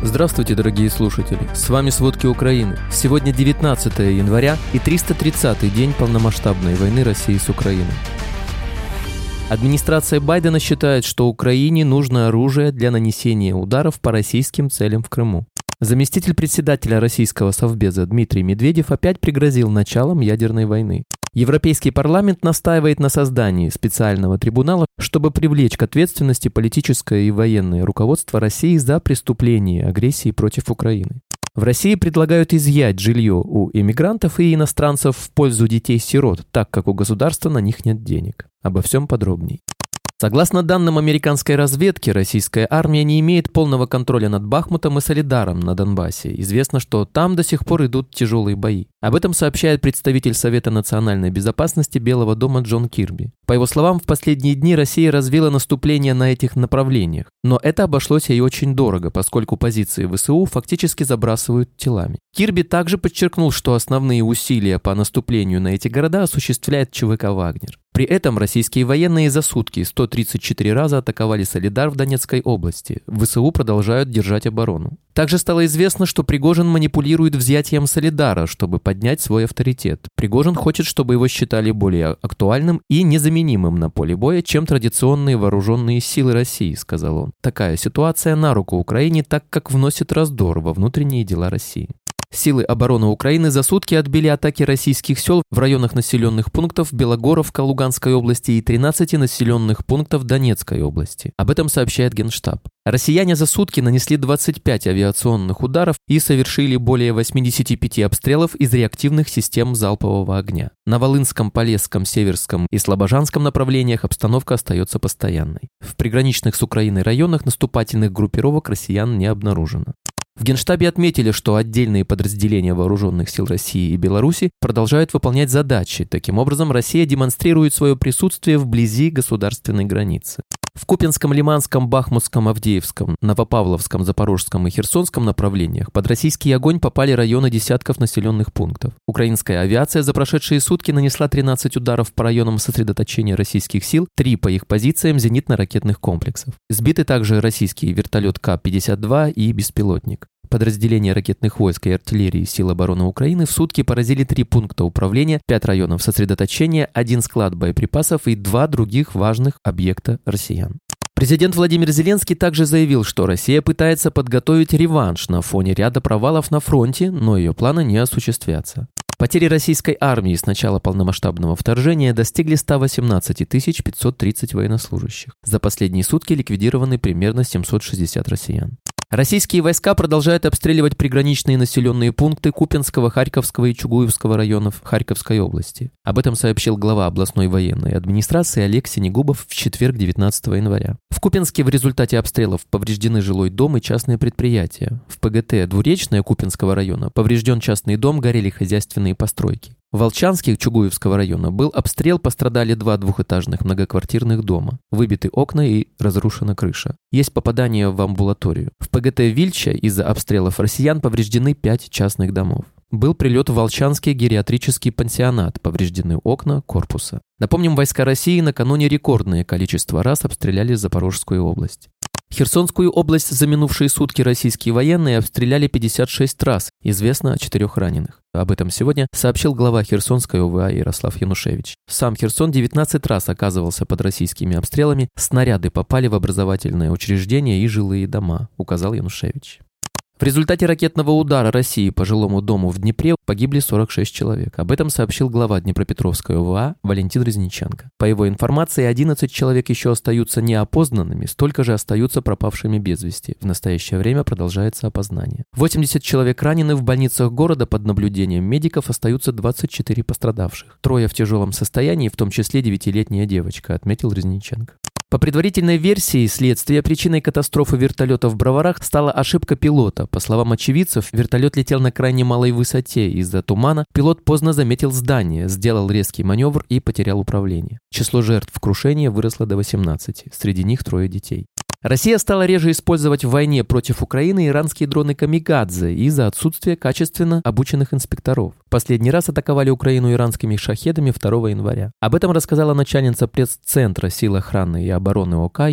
Здравствуйте, дорогие слушатели! С вами «Сводки Украины». Сегодня 19 января и 330-й день полномасштабной войны России с Украиной. Администрация Байдена считает, что Украине нужно оружие для нанесения ударов по российским целям в Крыму. Заместитель председателя российского Совбеза Дмитрий Медведев опять пригрозил началом ядерной войны. Европейский парламент настаивает на создании специального трибунала, чтобы привлечь к ответственности политическое и военное руководство России за преступление агрессии против Украины. В России предлагают изъять жилье у иммигрантов и иностранцев в пользу детей-сирот, так как у государства на них нет денег. Обо всем подробней. Согласно данным американской разведки, российская армия не имеет полного контроля над Бахмутом и Солидаром на Донбассе. Известно, что там до сих пор идут тяжелые бои. Об этом сообщает представитель Совета национальной безопасности Белого дома Джон Кирби. По его словам, в последние дни Россия развила наступление на этих направлениях. Но это обошлось ей очень дорого, поскольку позиции ВСУ фактически забрасывают телами. Кирби также подчеркнул, что основные усилия по наступлению на эти города осуществляет ЧВК «Вагнер». При этом российские военные за сутки 134 раза атаковали Солидар в Донецкой области. ВСУ продолжают держать оборону. Также стало известно, что Пригожин манипулирует взятием Солидара, чтобы поднять свой авторитет. Пригожин хочет, чтобы его считали более актуальным и незаменимым на поле боя, чем традиционные вооруженные силы России, сказал он. Такая ситуация на руку Украине, так как вносит раздор во внутренние дела России. Силы обороны Украины за сутки отбили атаки российских сел в районах населенных пунктов Белогоровка Луганской области и 13 населенных пунктов Донецкой области. Об этом сообщает Генштаб. Россияне за сутки нанесли 25 авиационных ударов и совершили более 85 обстрелов из реактивных систем залпового огня. На Волынском, Полесском, Северском и Слобожанском направлениях обстановка остается постоянной. В приграничных с Украиной районах наступательных группировок россиян не обнаружено. В Генштабе отметили, что отдельные подразделения вооруженных сил России и Беларуси продолжают выполнять задачи. Таким образом, Россия демонстрирует свое присутствие вблизи государственной границы. В Купянском, Лиманском, Бахмутском, Авдеевском, Новопавловском, Запорожском и Херсонском направлениях под российский огонь попали районы десятков населенных пунктов. Украинская авиация за прошедшие сутки нанесла 13 ударов по районам сосредоточения российских сил, 3 по их позициям зенитно-ракетных комплексов. Сбиты также российский вертолет К-52 и беспилотник. Подразделения ракетных войск и артиллерии сил обороны Украины в сутки поразили 3 пункта управления, 5 районов сосредоточения, 1 склад боеприпасов и 2 других важных объекта россиян. Президент Владимир Зеленский также заявил, что Россия пытается подготовить реванш на фоне ряда провалов на фронте, но ее планы не осуществятся. Потери российской армии с начала полномасштабного вторжения достигли 118 530 военнослужащих. За последние сутки ликвидированы примерно 760 россиян. Российские войска продолжают обстреливать приграничные населенные пункты Купянского, Харьковского и Чугуевского районов Харьковской области. Об этом сообщил глава областной военной администрации Олег Синегубов в четверг, 19 января. В Купянске в результате обстрелов повреждены жилой дом и частные предприятия. В ПГТ «Двуречное» Купянского района поврежден частный дом, горели хозяйственные постройки. В Волчанске Чугуевского района был обстрел, пострадали 2 двухэтажных многоквартирных дома. Выбиты окна и разрушена крыша. Есть попадание в амбулаторию. В ПГТ Вильча из-за обстрелов россиян повреждены 5 частных домов. Был прилет в Волчанский гериатрический пансионат, повреждены окна корпуса. Напомним, войска России накануне рекордное количество раз обстреляли Запорожскую область. Херсонскую область за минувшие сутки российские военные обстреляли 56 раз, известно о 4 раненых. Об этом сегодня сообщил глава Херсонской ОВА Ярослав Янушевич. Сам Херсон 19 раз оказывался под российскими обстрелами, снаряды попали в образовательные учреждения и жилые дома, указал Янушевич. В результате ракетного удара России по жилому дому в Днепре погибли 46 человек. Об этом сообщил глава Днепропетровской ОВА Валентин Резниченко. По его информации, 11 человек еще остаются неопознанными, столько же остаются пропавшими без вести. В настоящее время продолжается опознание. 80 человек ранены, в больницах города под наблюдением медиков остаются 24 пострадавших. 3 в тяжелом состоянии, в том числе 9-летняя девочка, отметил Резниченко. По предварительной версии следствия, причиной катастрофы вертолета в Броварах стала ошибка пилота. По словам очевидцев, вертолет летел на крайне малой высоте. Из-за тумана пилот поздно заметил здание, сделал резкий маневр и потерял управление. Число жертв крушения выросло до 18, среди них 3 детей. Россия стала реже использовать в войне против Украины иранские дроны «Камикадзе» из-за отсутствия качественно обученных инспекторов. Последний раз атаковали Украину иранскими шахедами 2 января. Об этом рассказала начальница пресс-центра сил охраны и обороны ОК «Юг»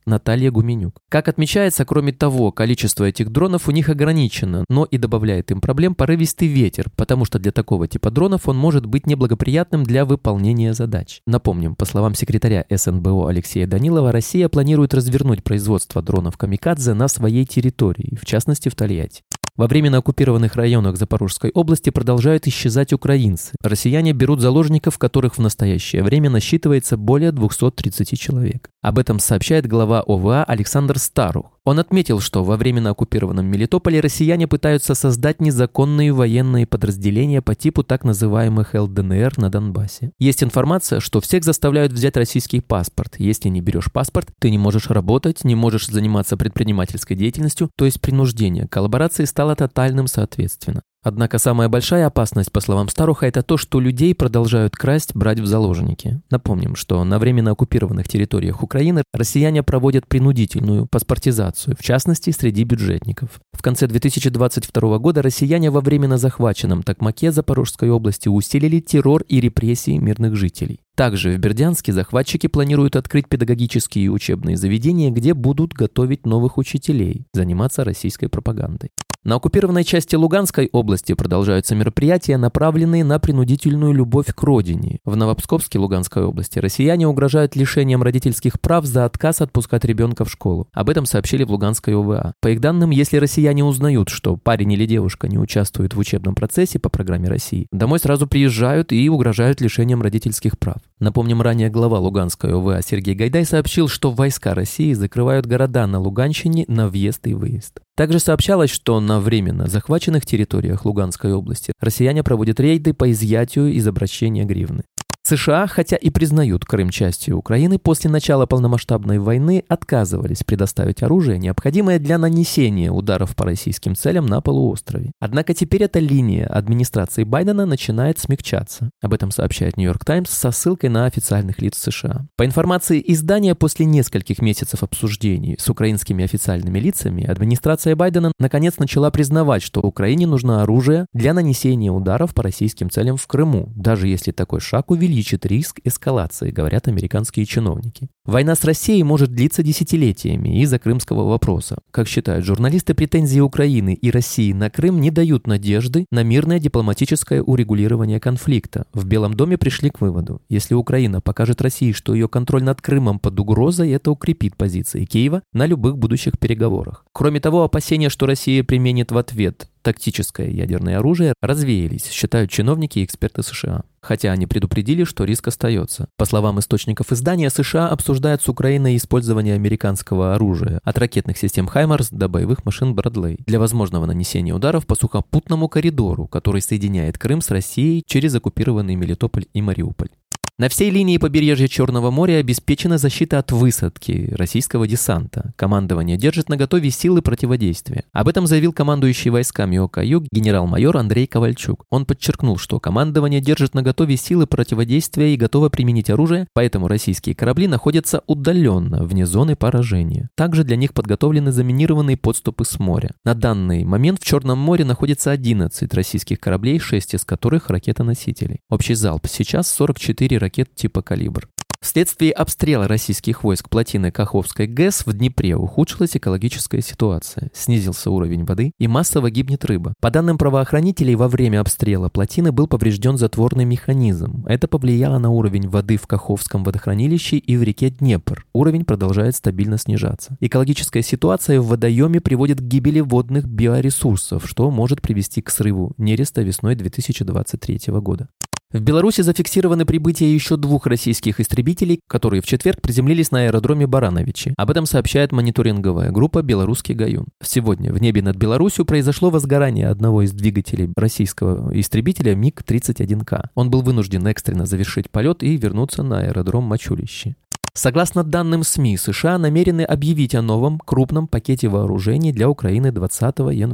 Наталья Гуменюк. Как отмечается, кроме того, количество этих дронов у них ограничено, но и добавляет им проблем порывистый ветер, потому что для такого типа дронов он может быть неблагоприятным для выполнения задач. Напомним, по словам секретаря СНБО Алексея Данилова, Россия планирует развернуть производство дронов «Камикадзе» на своей территории, в частности в Тольятти. Во временно оккупированных районах Запорожской области продолжают исчезать украинцы. Россияне берут заложников, которых в настоящее время насчитывается более 230 человек. Об этом сообщает глава ОВА Александр Старух. Он отметил, что во временно оккупированном Мелитополе россияне пытаются создать незаконные военные подразделения по типу так называемых ЛДНР на Донбассе. Есть информация, что всех заставляют взять российский паспорт. Если не берешь паспорт, ты не можешь работать, не можешь заниматься предпринимательской деятельностью, то есть принуждение к коллаборации стало тотальным соответственно. Однако самая большая опасность, по словам Старуха, это то, что людей продолжают красть, брать в заложники. Напомним, что на временно оккупированных территориях Украины россияне проводят принудительную паспортизацию, в частности, среди бюджетников. В конце 2022 года россияне во временно захваченном Токмаке Запорожской области усилили террор и репрессии мирных жителей. Также в Бердянске захватчики планируют открыть педагогические и учебные заведения, где будут готовить новых учителей, заниматься российской пропагандой. На оккупированной части Луганской области продолжаются мероприятия, направленные на принудительную любовь к родине. В Новопсковске Луганской области россияне угрожают лишением родительских прав за отказ отпускать ребенка в школу. Об этом сообщили в Луганской ОВА. По их данным, если россияне узнают, что парень или девушка не участвует в учебном процессе по программе России, домой сразу приезжают и угрожают лишением родительских прав. Напомним, ранее глава Луганской ОВА Сергей Гайдай сообщил, что войска России закрывают города на Луганщине на въезд и выезд. Также сообщалось, что на временно захваченных территориях Луганской области россияне проводят рейды по изъятию из обращения гривны. США, хотя и признают Крым частью Украины, после начала полномасштабной войны отказывались предоставить оружие, необходимое для нанесения ударов по российским целям на полуострове. Однако теперь эта линия администрации Байдена начинает смягчаться. Об этом сообщает Нью-Йорк Таймс со ссылкой на официальных лиц США. По информации издания, после нескольких месяцев обсуждений с украинскими официальными лицами, администрация Байдена наконец начала признавать, что Украине нужно оружие для нанесения ударов по российским целям в Крыму, даже если такой шаг увеличит риск эскалации, говорят американские чиновники. Война с Россией может длиться десятилетиями из-за крымского вопроса. Как считают журналисты, претензии Украины и России на Крым не дают надежды на мирное дипломатическое урегулирование конфликта. В Белом доме пришли к выводу: если Украина покажет России, что ее контроль над Крымом под угрозой, это укрепит позиции Киева на любых будущих переговорах. Кроме того, опасения, что Россия применит в ответ тактическое ядерное оружие, развеялись, считают чиновники и эксперты США. Хотя они предупредили, что риск остается. По словам источников издания, США обсуждают с Украиной использование американского оружия, от ракетных систем «Хаймарс» до боевых машин «Брэдлей», для возможного нанесения ударов по сухопутному коридору, который соединяет Крым с Россией через оккупированный Мелитополь и Мариуполь. На всей линии побережья Черного моря обеспечена защита от высадки российского десанта. Командование держит наготове силы противодействия. Об этом заявил командующий войсками ОК-Юг генерал-майор Андрей Ковальчук. Он подчеркнул, что командование держит наготове силы противодействия и готово применить оружие, поэтому российские корабли находятся удаленно, вне зоны поражения. Также для них подготовлены заминированные подступы с моря. На данный момент в Черном море находится 11 российских кораблей, 6 из которых ракетоносители. Общий залп сейчас 44 ракет типа «Калибр». Вследствие обстрела российских войск плотины Каховской ГЭС в Днепре ухудшилась экологическая ситуация, снизился уровень воды и массово гибнет рыба. По данным правоохранителей, во время обстрела плотины был поврежден затворный механизм. Это повлияло на уровень воды в Каховском водохранилище и в реке Днепр. Уровень продолжает стабильно снижаться. Экологическая ситуация в водоеме приводит к гибели водных биоресурсов, что может привести к срыву нереста весной 2023 года. В Беларуси зафиксированы прибытие еще 2 российских истребителей, которые в четверг приземлились на аэродроме Барановичи. Об этом сообщает мониторинговая группа «Белорусский Гаюн». Сегодня в небе над Беларусью произошло возгорание одного из двигателей российского истребителя МиГ-31К. Он был вынужден экстренно завершить полет и вернуться на аэродром Мачулище. Согласно данным СМИ, США намерены объявить о новом крупном пакете вооружений для Украины 20 января.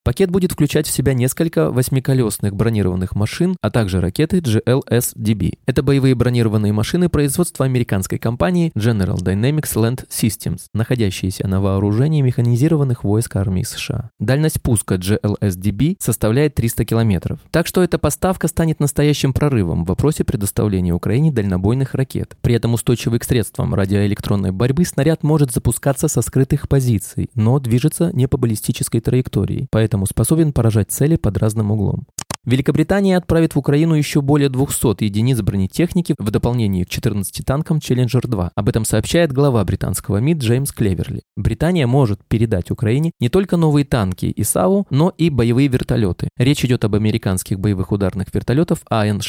Пакет будет включать в себя несколько восьмиколесных бронированных машин, а также ракеты GLSDB. Это боевые бронированные машины производства американской компании General Dynamics Land Systems, находящиеся на вооружении механизированных войск армии США. Дальность пуска GLSDB составляет 300 километров. Так что эта поставка станет настоящим прорывом в вопросе предоставления Украине дальнобойных ракет. При этом устойчивый к средствам радиоэлектронной борьбы снаряд может запускаться со скрытых позиций, но движется не по баллистической траектории, поэтому способен поражать цели под разным углом. Великобритания отправит в Украину еще более 200 единиц бронетехники в дополнение к 14 танкам Challenger-2. Об этом сообщает глава британского МИД Джеймс Клеверли. Британия может передать Украине не только новые танки ИСАУ, но и боевые вертолеты. Речь идет об американских боевых ударных вертолетов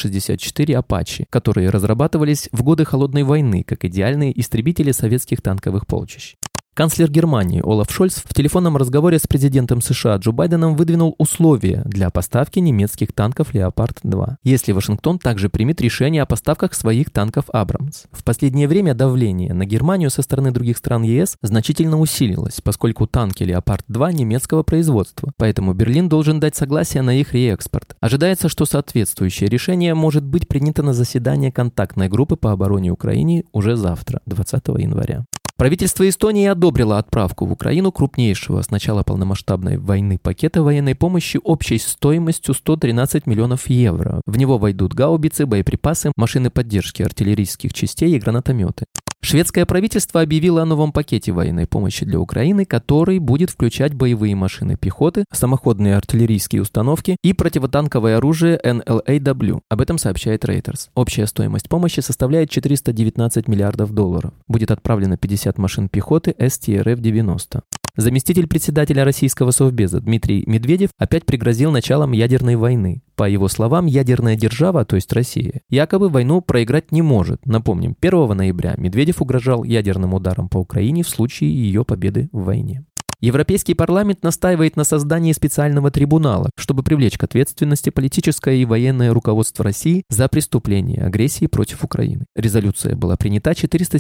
АН-64 Apache, которые разрабатывались в годы Холодной войны как идеальные истребители советских танковых полчищ. Канцлер Германии Олаф Шольц в телефонном разговоре с президентом США Джо Байденом выдвинул условия для поставки немецких танков «Леопард-2», если Вашингтон также примет решение о поставках своих танков «Абрамс». В последнее время давление на Германию со стороны других стран ЕС значительно усилилось, поскольку танки «Леопард-2» немецкого производства, поэтому Берлин должен дать согласие на их реэкспорт. Ожидается, что соответствующее решение может быть принято на заседании контактной группы по обороне Украины уже завтра, 20 января. Правительство Эстонии одобрило отправку в Украину крупнейшего с начала полномасштабной войны пакета военной помощи общей стоимостью 113 миллионов евро. В него войдут гаубицы, боеприпасы, машины поддержки артиллерийских частей и гранатометы. Шведское правительство объявило о новом пакете военной помощи для Украины, который будет включать боевые машины пехоты, самоходные артиллерийские установки и противотанковое оружие NLAW. Об этом сообщает Reuters. Общая стоимость помощи составляет $419 миллиардов. Будет отправлено 50 машин пехоты STRF-90. Заместитель председателя российского Совбеза Дмитрий Медведев опять пригрозил началом ядерной войны. По его словам, ядерная держава, то есть Россия, якобы войну проиграть не может. Напомним, 1 ноября Медведев угрожал ядерным ударом по Украине в случае ее победы в войне. Европейский парламент настаивает на создании специального трибунала, чтобы привлечь к ответственности политическое и военное руководство России за преступление агрессии против Украины. Резолюция была принята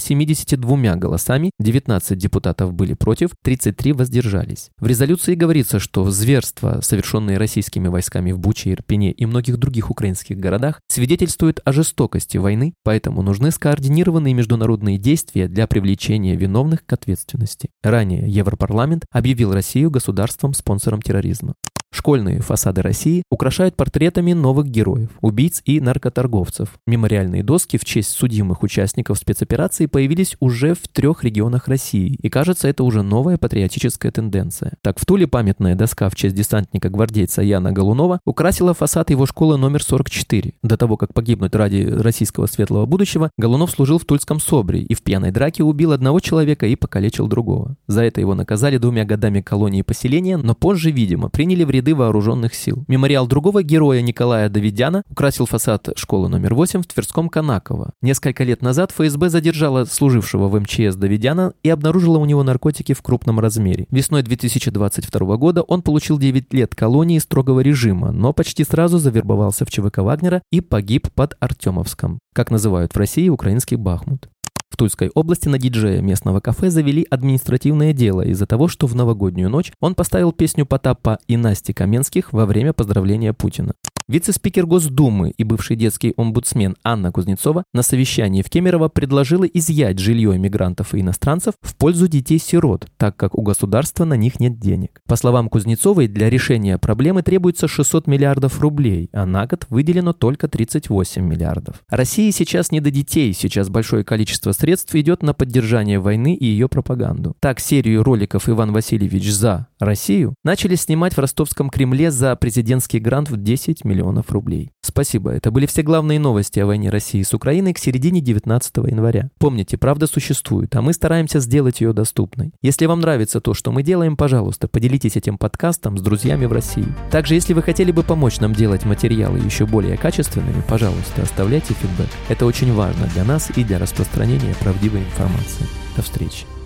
472 голосами, 19 депутатов были против, 33 воздержались. В резолюции говорится, что зверства, совершенные российскими войсками в Буче, Ирпене и многих других украинских городах, свидетельствуют о жестокости войны, поэтому нужны скоординированные международные действия для привлечения виновных к ответственности. Ранее Европарламент объявил Россию государством-спонсором терроризма. Школьные фасады России украшают портретами новых героев, убийц и наркоторговцев. Мемориальные доски в честь судимых участников спецоперации появились уже в 3 регионах России, и кажется, это уже новая патриотическая тенденция. Так, в Туле памятная доска в честь десантника-гвардейца Яна Голунова украсила фасад его школы номер 44. До того, как погибнуть ради российского светлого будущего, Голунов служил в Тульском СОБРе и в пьяной драке убил одного человека и покалечил другого. За это его наказали 2 годами колонии поселения, но позже, видимо, приняли в ряды вооруженных сил. Мемориал другого героя Николая Давидяна украсил фасад школы номер 8 в Тверском Конаково. Несколько лет назад ФСБ задержала служившего в МЧС Давидяна и обнаружила у него наркотики в крупном размере. Весной 2022 года он получил 9 лет колонии строгого режима, но почти сразу завербовался в ЧВК Вагнера и погиб под Артемовском, как называют в России украинский Бахмут. В Тульской области на диджея местного кафе завели административное дело из-за того, что в новогоднюю ночь он поставил песню Потапа и Насти Каменских во время поздравления Путина. Вице-спикер Госдумы и бывший детский омбудсмен Анна Кузнецова на совещании в Кемерово предложила изъять жилье иммигрантов и иностранцев в пользу детей-сирот, так как у государства на них нет денег. По словам Кузнецовой, для решения проблемы требуется 600 миллиардов рублей, а на год выделено только 38 миллиардов. России сейчас не до детей, сейчас большое количество средств идет на поддержание войны и ее пропаганду. Так, серию роликов «Иван Васильевич за Россию» начали снимать в Ростовском Кремле за президентский грант в 10 миллионов рублей. Спасибо, это были все главные новости о войне России с Украиной к середине 19 января. Помните, правда существует, а мы стараемся сделать ее доступной. Если вам нравится то, что мы делаем, пожалуйста, поделитесь этим подкастом с друзьями в России. Также, если вы хотели бы помочь нам делать материалы еще более качественными, пожалуйста, оставляйте фидбэк. Это очень важно для нас и для распространения правдивой информации. До встречи.